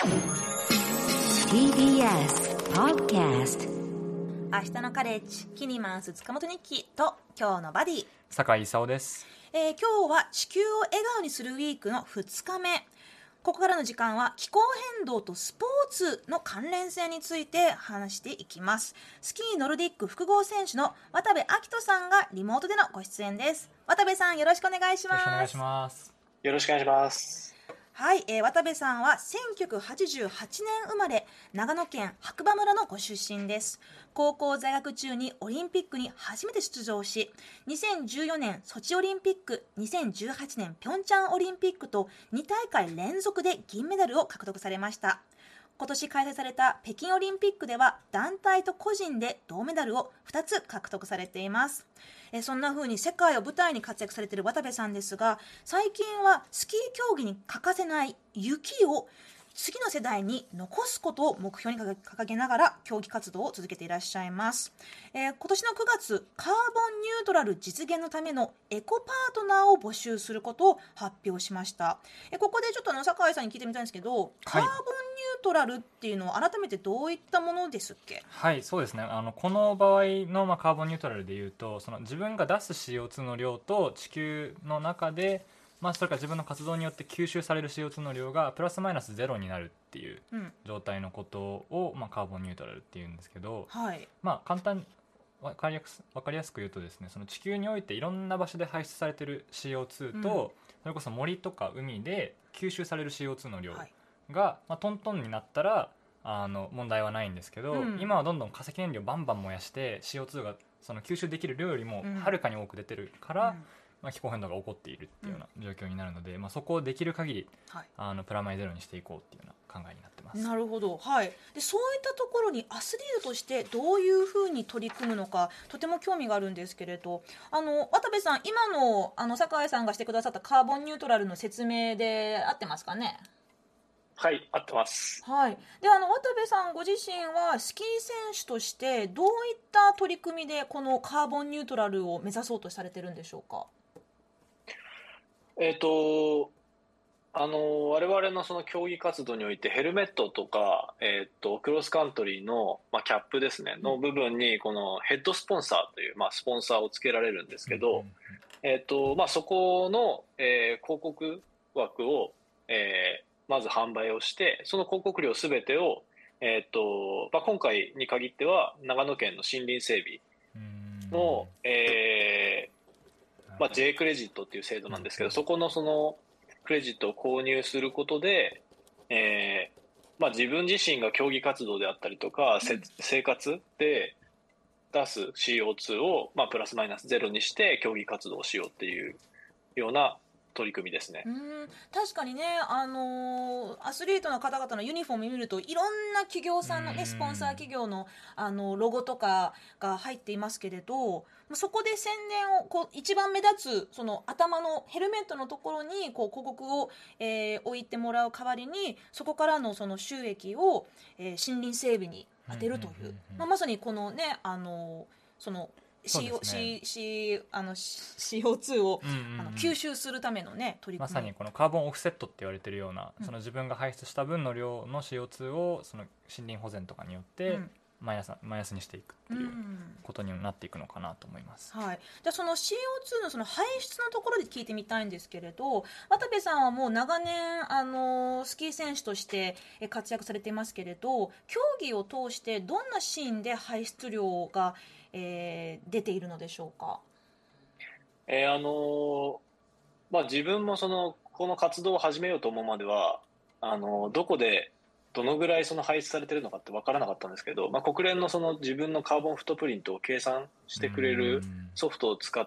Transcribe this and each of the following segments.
TBS Podcast。 明日のカレッジキニマンス塚本日記と今日のバディ、 酒井勲です。 今日は地球を笑顔にするウィークの2日目。ここからの時間は気候変動とスポーツの関連性について話していきます。スキーノルディック複合選手の渡部暁斗さんがリモートでのご出演です。渡部さん、よろしくお願いします。 よろしくお願いします。 よろしくお願いします。 はい、渡部さんは1988年生まれ、長野県白馬村のご出身です。高校在学中にオリンピックに初めて出場し、2014年ソチオリンピック、2018年ピョンチャンオリンピックと2大会連続で銀メダルを獲得されました。今年開催された北京オリンピックでは団体と個人で銅メダルを2つ獲得されています。そんな風に世界を舞台に活躍されている渡部さんですが、最近はスキー競技に欠かせない雪を次の世代に残すことを目標に掲げながら競技活動を続けていらっしゃいます。今年の9月、カーボンニュートラル実現のためのエコパートナーを募集することを発表しました。ここでちょっと酒井さんに聞いてみたいんですけど、カーボンニュートラルっていうのは改めてどういったものですっけ？ はい、そうですね。この場合の、カーボンニュートラルでいうと、その自分が出す CO2 の量と地球の中でそれから自分の活動によって吸収される CO2 の量がプラスマイナスゼロになるっていう状態のことを、カーボンニュートラルっていうんですけど、 はい、 簡単に分かりやすく言うとですね、その地球においていろんな場所で排出されている CO2 と、それこそ森とか海で吸収される CO2 の量が、トントンになったら問題はないんですけど、今はどんどん化石燃料バンバン燃やして CO2 がその吸収できる量よりもはるかに多く出てるから、気候変動が起こっているっていうような状況になるので、そこをできる限り、プラマイゼロにしていこうっていうような考えになってます。 なるほど、はい。でそういったところにアスリートとしてどういうふうに取り組むのかとても興味があるんですけれど、渡部さん、今の酒井さんがしてくださったカーボンニュートラルの説明で合ってますかね？ はい、合ってます。 はい。で渡部さんご自身はスキー選手としてどういった取り組みでこのカーボンニュートラルを目指そうとされてるんでしょうか？ 我々のその競技活動においてヘルメットとか、クロスカントリーの、キャップですねの部分にこのヘッドスポンサーという、スポンサーをつけられるんですけど、そこの、広告枠を、まず販売をして、その広告料すべてを、今回に限っては長野県の森林整備の、J クレジットっていう制度なんですけど、そこのそのクレジットを購入することで、自分自身が競技活動であったりとか、生活で出す CO2 を、プラスマイナスゼロにして競技活動をしようっていうような取り組みですね。 確かにね、アスリートの方々のユニフォーム見るといろんな企業さんの、スポンサー企業の、ロゴとかが入っていますけれど、そこで宣伝を一番目立つその頭のヘルメットのところに広告を、置いてもらう代わりに、そこからのその収益を、森林整備に当てるという、まさにこのね、そのCO2 を吸収するためのね取り組み、 まさにこのカーボンオフセットって言われているような、その自分が排出した分の量の CO2 をその森林保全とかによってマイナスにしていくっていうことになっていくのかなと思います。 はい。じゃあその CO2 のその排出のところで聞いてみたいんですけれど、渡部さんはもう長年スキー選手として活躍されていますけれど、競技を通してどんなシーンで排出量が出ているのでしょうか？ 自分もこの活動を始めようと思うまではどこでどのぐらいその排出されているのかって分からなかったんですけど、国連のその自分のカーボンフットプリントを計算してくれるソフトを使って、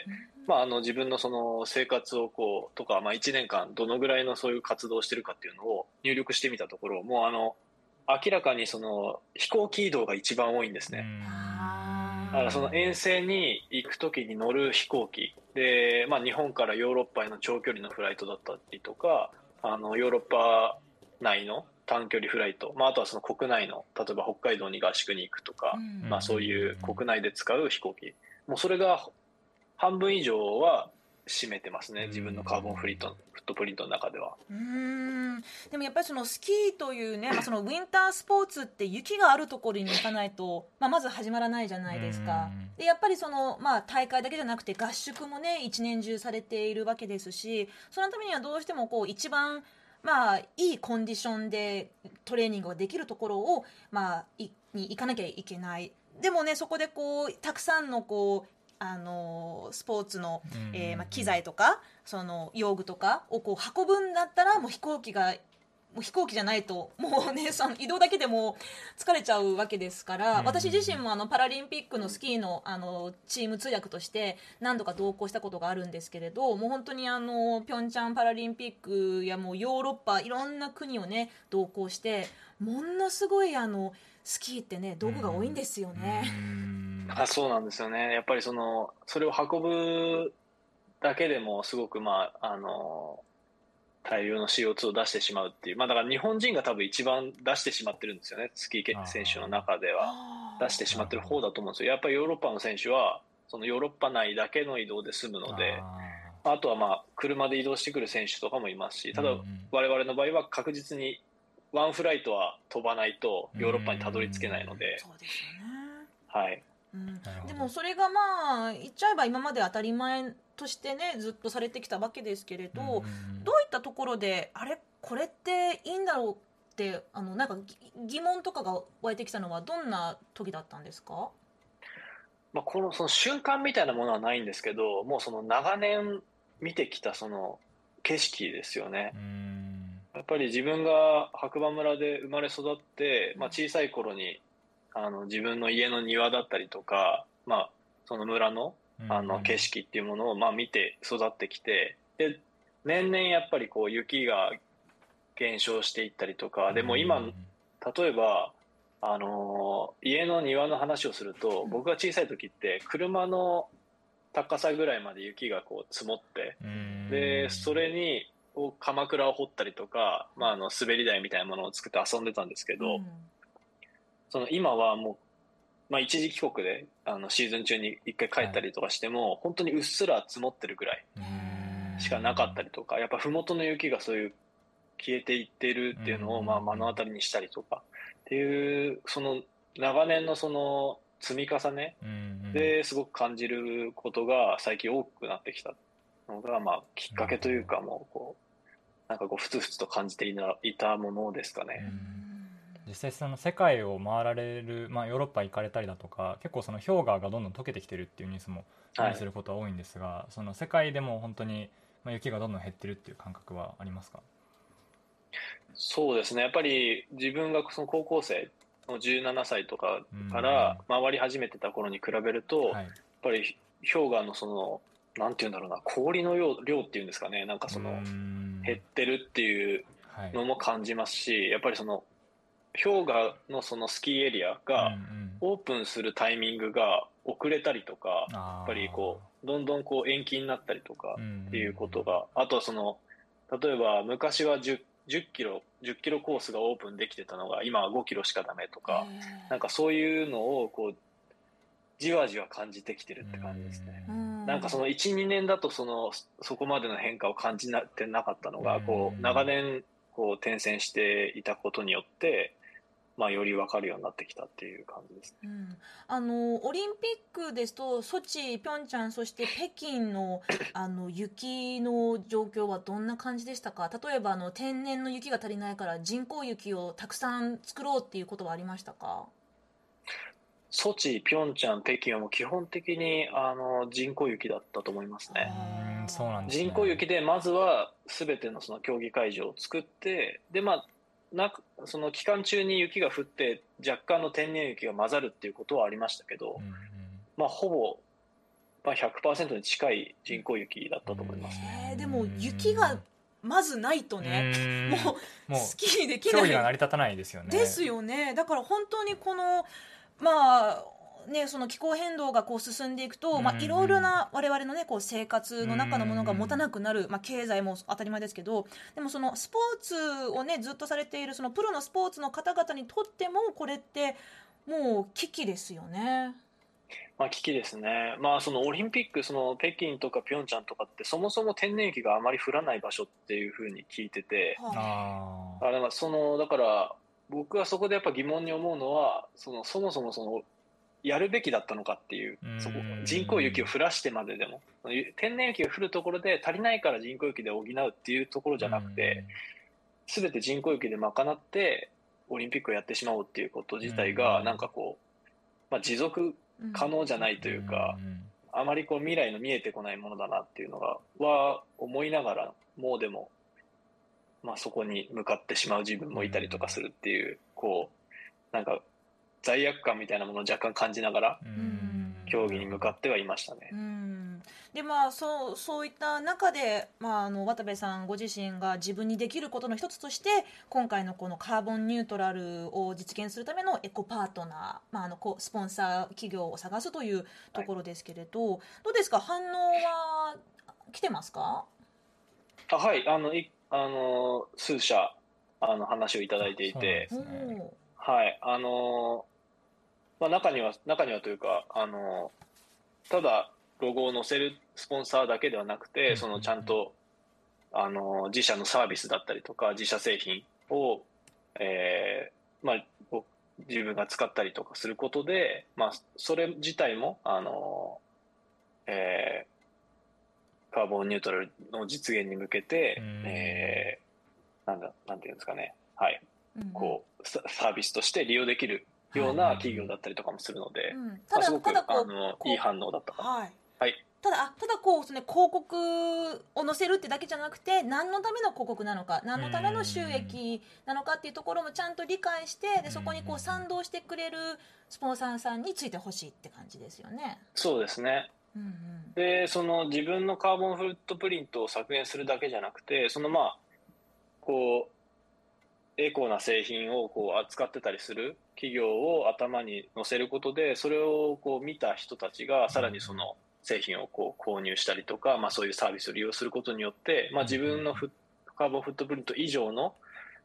自分のその生活をとか、1年間どのぐらいのそういう活動をしているかっていうのを入力してみたところ、もう明らかにその飛行機移動が一番多いんですね。だからその遠征に行くときに乗る飛行機で、日本からヨーロッパへの長距離のフライトだったりとか、ヨーロッパ内の短距離フライト、あとはその国内の例えば北海道に合宿に行くとか、そういう国内で使う飛行機、もうそれが半分以上は占めてますね、自分のカーボンフットプリントの中では。 でもやっぱりそのスキーというね、そのウィンタースポーツって雪があるところに行かないと、まず始まらないじゃないですか。でやっぱりその、大会だけじゃなくて合宿もね一年中されているわけですし、そのためにはどうしてもこう一番いいコンディションでトレーニングができるところを、に行かなきゃいけない。でもねそこでこうたくさんのこうスポーツの、機材とかその用具とかをこう運ぶんだったらもう飛行機じゃないともうねその移動だけでも疲れちゃうわけですから、私自身もパラリンピックのスキーの、チーム通訳として何度か同行したことがあるんですけれど、もう本当にピョンチャンパラリンピックやもうヨーロッパいろんな国をね同行して、ものすごいスキーってね道具が多いんですよね。 そうなんですよね。やっぱりそれを運ぶだけでもすごく大量の CO2 を出してしまうっていう、だから日本人が多分一番出してしまってるんですよね、スキー選手の中では出してしまってる方だと思うんですよ。やっぱりヨーロッパの選手はそのヨーロッパ内だけの移動で済むので、あとは車で移動してくる選手とかもいますし、ただ我々の場合は確実にワンフライトは飛ばないとヨーロッパにたどり着けないので、 そうですよね。 はい。 でもそれが言っちゃえば今まで当たり前としてねずっとされてきたわけですけれど、どういったところでこれっていいんだろうってなんか疑問とかが湧いてきたのはどんな時だったんですか？ その瞬間みたいなものはないんですけど、もうその長年見てきたその景色ですよね。やっぱり自分が白馬村で生まれ育って、小さい頃に自分の家の庭だったりとか、その村の景色っていうものを見て育ってきて、で年々やっぱりこう雪が減少していったりとか、でも今例えば家の庭の話をすると、僕が小さい時って車の高さぐらいまで雪がこう積もって、でそれに鎌倉を掘ったりとか、滑り台みたいなものを作って遊んでたんですけど、その今はもう、一時帰国でシーズン中に一回帰ったりとかしても、本当にうっすら積もってるぐらいしかなかったりとか、やっぱ麓の雪がそういう消えていってるっていうのを目の当たりにしたりとかっていう、その長年のその積み重ねですごく感じることが最近多くなってきたのが、きっかけというか、もうこうなんかこうふつふつと感じていたものですかね。 実際その世界を回られる、ヨーロッパ行かれたりだとか、結構その氷河がどんどん溶けてきてるっていうニュースも目にすることは多いんですが、その世界でも本当に雪がどんどん減ってるっていう感覚はありますか？ そうですね、やっぱり自分がその高校生の17歳とかから回り始めてた頃に比べると、やっぱり氷河のそのなんていうんだろうな、氷の量っていうんですかね、なんかその減ってるっていうのも感じますし、やっぱりその氷河のそのスキーエリアがオープンするタイミングが遅れたりとか、やっぱりこうどんどんこう延期になったりとかっていうことが、あとはその例えば昔は10キロコースがオープンできてたのが今は5キロしかダメとか、なんかそういうのをこうじわじわ感じてきてるって感じですね。なんかその 1,2 年だとそこまでの変化を感じてなかったのが、こう長年こう転戦していたことによってより分かるようになってきたっていう感じですね。 オリンピックですとソチ、ピョンチャン、そして北京の雪の状況はどんな感じでしたか？例えば天然の雪が足りないから人工雪をたくさん作ろうっていうことはありましたか？ ソチ、ピョンチャン、北京はもう基本的に人工雪だったと思いますね。 そうなんですね。 人工雪でまずは全てのその競技会場を作って、でその期間中に雪が降って若干の天然雪が混ざるっていうことはありましたけど、ほぼ、100% に近い人工雪だったと思いますね。 でも雪がまずないとね、もうスキーできない、 競技が成り立たないですよね。 ですよね。だから本当にこのその気候変動がこう進んでいくと、いろいろな我々のねこう生活の中のものが持たなくなる、経済も当たり前ですけど、でもそのスポーツをねずっとされているそのプロのスポーツの方々にとってもこれってもう危機ですよね。 危機ですね。そのオリンピック、その北京とかピョンチャンとかってそもそも天然雪があまり降らない場所っていうふうに聞いてて、 あだから僕はそこでやっぱ疑問に思うのは、そもそもやるべきだったのかっていう、そこ人工雪を降らしてまででも、天然雪が降るところで足りないから人工雪で補うっていうところじゃなくて、全て人工雪で賄ってオリンピックをやってしまおうっていうこと自体がなんかこう、持続可能じゃないというか、あまりこう未来の見えてこないものだなっていうのは思いながら、もうでも、そこに向かってしまう自分もいたりとかするっていう、こうなんか罪悪感みたいなものを若干感じながら競技に向かってはいましたね。 でそういった中で、渡部さんご自身が自分にできることの一つとして今回のこのカーボンニュートラルを実現するためのエコパートナー、スポンサー企業を探すというところですけれど、どうですか、反応は来てますか？ はい、数社話をいただいていて、はい、中にはというか、ただロゴを載せるスポンサーだけではなくて、そのちゃんと自社のサービスだったりとか自社製品を、自分が使ったりとかすることで、それ自体もカーボンニュートラルの実現に向けて、なんていうんですかね、はい、こうサービスとして利用できるような企業だったりとかもするので、すごくいい反応だったかな。はい、 ただこう、広告を載せるってだけじゃなくて、何のための広告なのか、何のための収益なのかっていうところもちゃんと理解して、でそこにこう賛同してくれるスポンサーさんについてほしいって感じですよね。 そうですね。でその自分のカーボンフットプリントを削減するだけじゃなくて、こうエコな製品をこう扱ってたりする企業を頭に載せることで、それをこう見た人たちがさらにその製品をこう購入したりとか、そういうサービスを利用することによって、自分のカーボンフットプリント以上の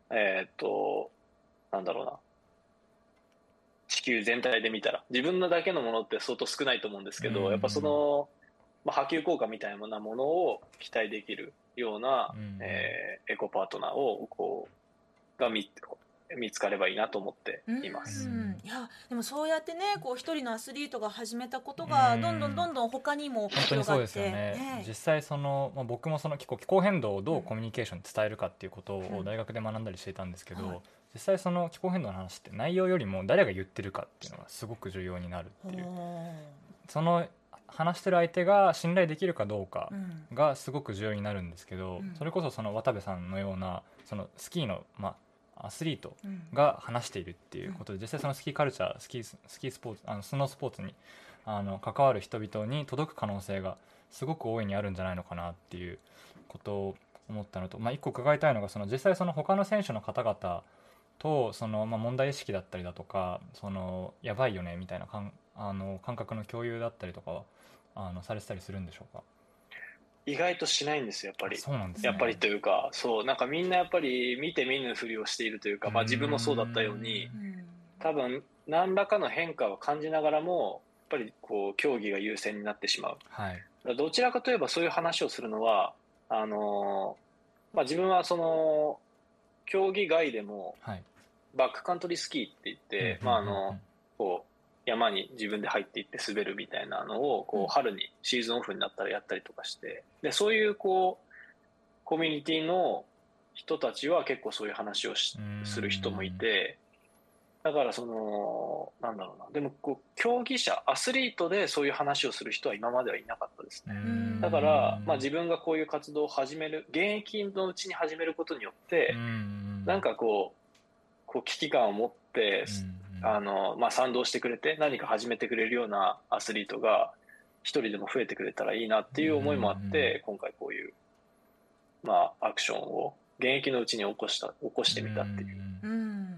なんだろうな、地球全体で見たら自分のだけのものって相当少ないと思うんですけど、やっぱその、波及効果みたいなものを期待できるような、エコパートナーをが見つかればいいなと思っています。 いやでもそうやってね、こう一人のアスリートが始めたことがどんどん他にも広がって、 本当にそうですよね。実際僕も結構気候変動をどうコミュニケーションで伝えるかっていうことを大学で学んだりしていたんですけど、実際その気候変動の話って内容よりも誰が言ってるかっていうのがすごく重要になるっていう、その話してる相手が信頼できるかどうかがすごく重要になるんですけど、それこそその渡部さんのようなそのスキーのアスリートが話しているっていうことで、実際そのスキーカルチャー、スキースポーツ、スノースポーツに関わる人々に届く可能性がすごく大いにあるんじゃないのかなっていうことを思ったのと、一個伺いたいのが、その実際その他の選手の方々とその問題意識だったりだとか、そのやばいよねみたいな感覚の共有だったりとかはされてたりするんでしょうか？ 意外としないんですよ、やっぱり。 そうなんですね。 やっぱりというか、なんかみんなやっぱり見て見ぬふりをしているというか、自分もそうだったように、多分何らかの変化を感じながらもやっぱりこう競技が優先になってしまう。どちらかといえばそういう話をするのは自分はその競技外でもバックカントリースキーって言って、こう山に自分で入っていって滑るみたいなのをこう春にシーズンオフになったらやったりとかして、でそういうこうコミュニティの人たちは結構そういう話をする人もいて、だからそのなんだろうな、でもこう競技者アスリートでそういう話をする人は今まではいなかったですね。だから自分がこういう活動を始める、現役のうちに始めることによってなんかこう危機感を持って賛同してくれて何か始めてくれるようなアスリートが一人でも増えてくれたらいいなっていう思いもあって、今回こういうアクションを現役のうちに起こしてみたっていう。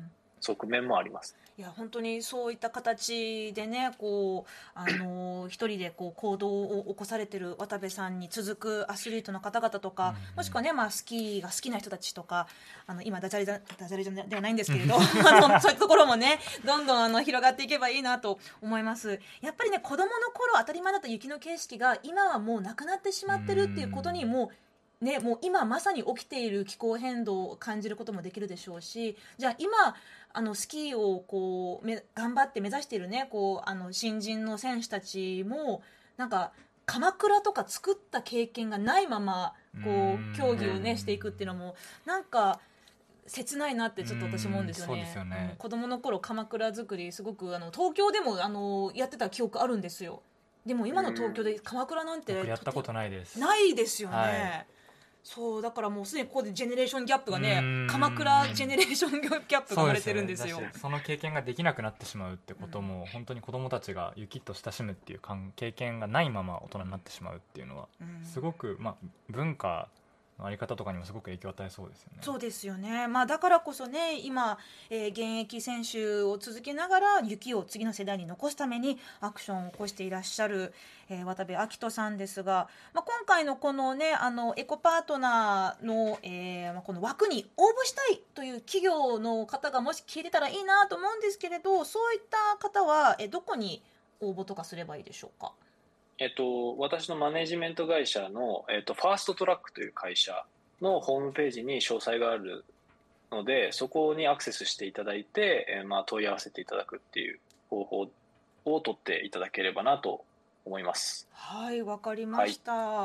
側面もあります。 いや本当にそういった形でねこう一人でこう行動を起こされてる渡部さんに続くアスリートの方々とか、もしくはね、スキーが好きな人たちとか今ダジャレではないんですけれどそういうところもねどんどん広がっていけばいいなと思います。やっぱりね子供の頃当たり前だった雪の景色が今はもうなくなってしまってるっていうことにもう今まさに起きている気候変動を感じることもできるでしょうし、じゃあ今スキーをこう頑張って目指しているねこう新人の選手たちもなんか鎌倉とか作った経験がないままこう競技をねしていくっていうのもなんか切ないなってちょっと私思うんですよね。 そうですよね。 子供の頃鎌倉作りすごく東京でもやってた記憶あるんですよ。でも今の東京で鎌倉なんてやったことないです。 ないですよね、 はい、 そうだからもうすでにここでジェネレーションギャップがね鎌倉ジェネレーションギャップが生まれてるんですよ。 その経験ができなくなってしまうってことも、本当に子どもたちが雪と親しむっていう経験がないまま大人になってしまうっていうのは、すごく、文化のあり方とかにもすごく影響を与えそうですよね。 そうですよね、だからこそね今、現役選手を続けながら雪を次の世代に残すためにアクションを起こしていらっしゃる、渡部暁斗さんですが、今回のこのねエコパートナーの、この枠に応募したいという企業の方がもし聞いてたらいいなと思うんですけれど、そういった方は、どこに応募とかすればいいでしょうか。 私のマネジメント会社の、ファーストトラックという会社のホームページに詳細があるので、そこにアクセスしていただいて、問い合わせていただくっていう方法を取っていただければなと思います。 はい、わかりました、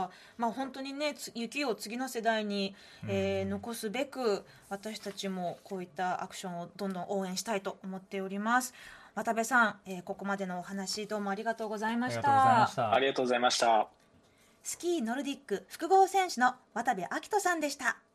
本当にね雪を次の世代に、残すべく私たちもこういったアクションをどんどん応援したいと思っております。渡部さん、ここまでのお話どうもありがとうございました。 ありがとうございました。 スキーノルディック複合選手の渡部暁斗さんでした。